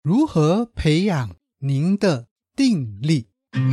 如何培养您的定力？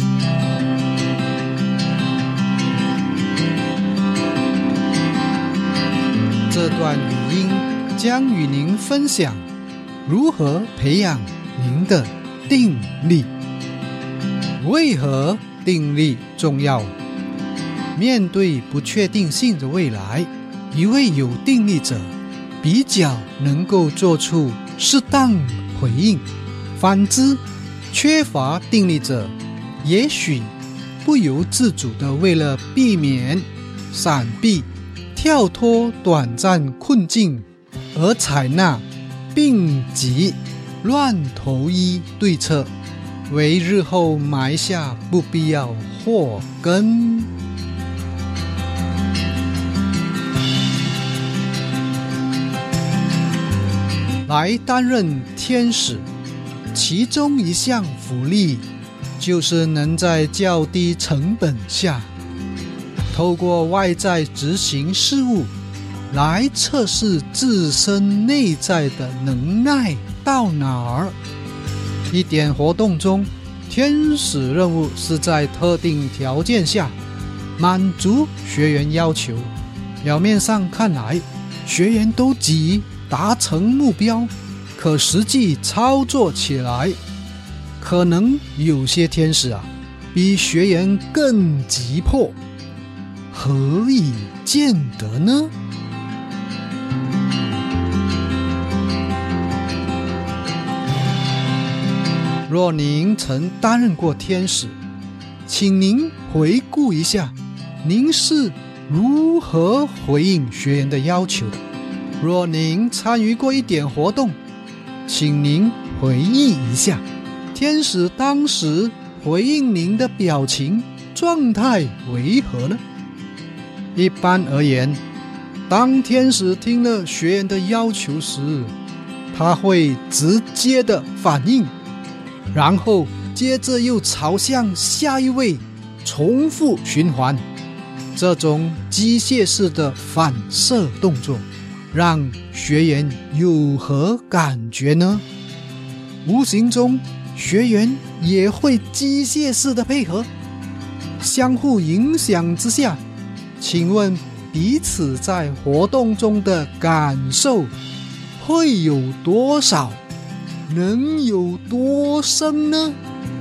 这段语音将与您分享如何培养您的定力。为何定力重要？面对不确定性的未来，一位有定力者比较能够做出适当回应，反之，缺乏定力者也许不由自主地为了避免、闪避、跳脱短暂困境而采纳病急乱投医对策，为日后埋下不必要祸根。来担任天使，其中一项福利就是能在较低成本下，透过外在执行事务来测试自身内在的能耐到哪儿。一点活动中，天使任务是在特定条件下满足学员要求。表面上看来，学员都急达成目标，可实际操作起来，可能有些天使比学员更急迫，何以见得呢？若您曾担任过天使，请您回顾一下，您是如何回应学员的要求的。若您参与过一点活动，请您回忆一下，天使当时回应您的表情状态为何呢？一般而言，当天使听了学员的要求时，他会直接的反应，然后接着又朝向下一位重复循环。这种机械式的反射动作让学员有何感觉呢？无形中，学员也会机械式的配合，相互影响之下，请问彼此在活动中的感受会有多少？能有多深呢？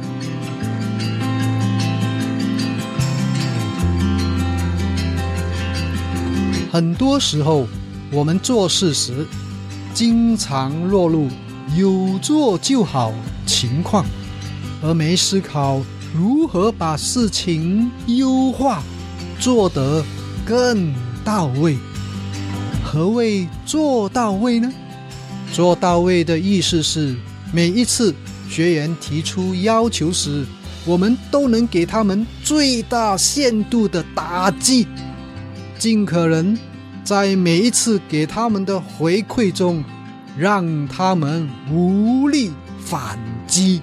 很多时候，我们做事时经常落入有做就好情况，而没思考如何把事情优化，做得更到位。何谓做到位呢？做到位的意思是，每一次学员提出要求时，我们都能给他们最大限度的打击，尽可能在每一次给他们的回馈中，让他们无力反击。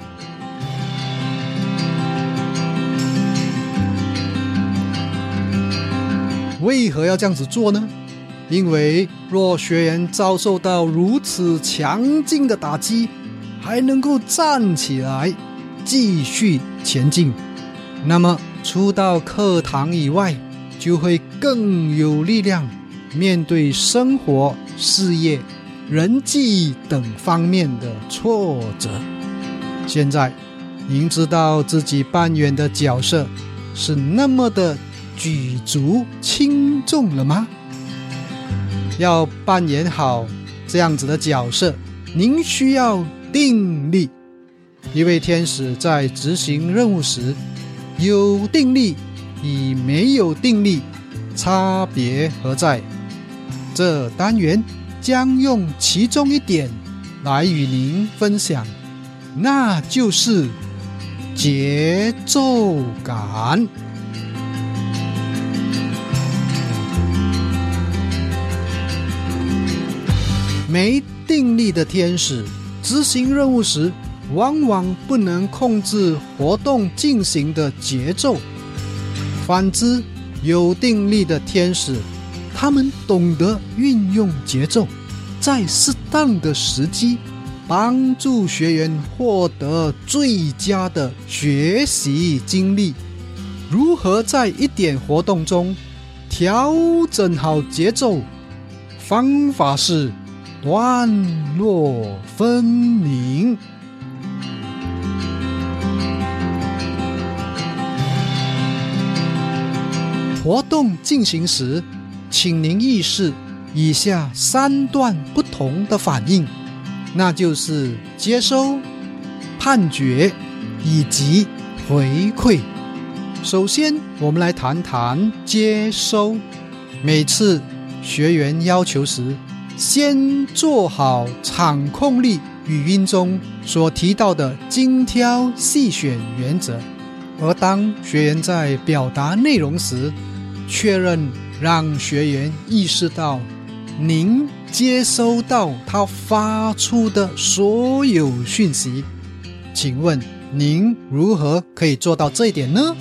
为何要这样子做呢？因为若学员遭受到如此强劲的打击，还能够站起来继续前进，那么出到课堂以外，就会更有力量面对生活、事业、人际等方面的挫折。现在您知道自己扮演的角色是那么的举足轻重了吗？要扮演好这样子的角色，您需要定力。一位天使在执行任务时，有定力与没有定力差别何在？这单元将用其中一点来与您分享，那就是节奏感。没定力的天使执行任务时，往往不能控制活动进行的节奏。反之，有定力的天使，他们懂得运用节奏，在适当的时机帮助学员获得最佳的学习经历。如何在一点活动中调整好节奏？方法是段落分明。活动进行时，请您意识以下3段不同的反应，那就是接收、判决以及回馈。首先，我们来谈谈接收。每次学员要求时，先做好场控力语音中所提到的精挑细选原则，而当学员在表达内容时，确认让学员意识到您接收到他发出的所有讯息。请问您如何可以做到这一点呢？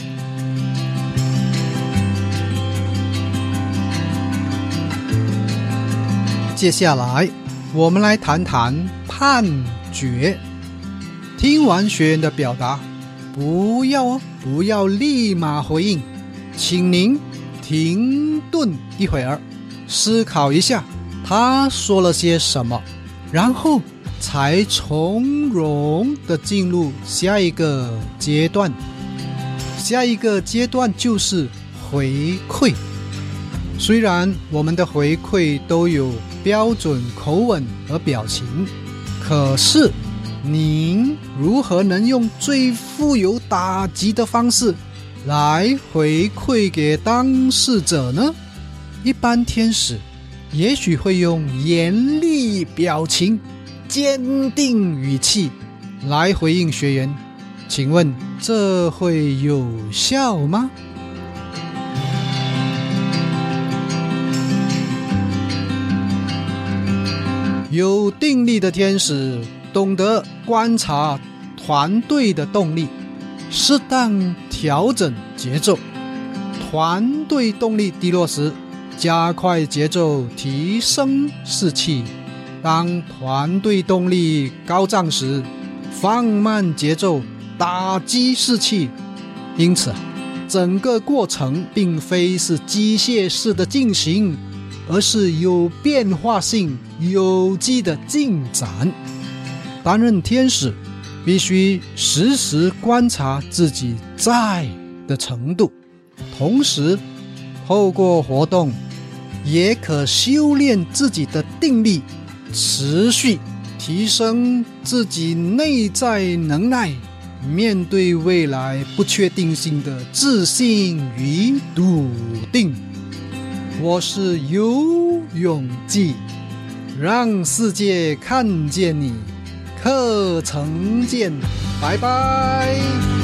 接下来我们来谈谈判决。听完学员的表达，不要立马回应，请您停顿一会儿，思考一下他说了些什么，然后才从容地进入下一个阶段。下一个阶段就是回馈。虽然我们的回馈都有标准口吻和表情，可是您如何能用最富有打击的方式来回馈给当事者呢？一般天使也许会用严厉表情、坚定语气来回应学员，请问这会有效吗？有定力的天使懂得观察团队的动力，适当调整节奏。团队动力低落时，加快节奏，提升士气；当团队动力高涨时，放慢节奏，打击士气。因此，整个过程并非是机械式的进行，而是有变化性、有机的进展。担任天使必须时时观察自己在的程度，同时透过活动也可修炼自己的定力，持续提升自己内在能耐，面对未来不确定性的自信与笃定。我是游泳记，让世界看见你。课程见，拜拜。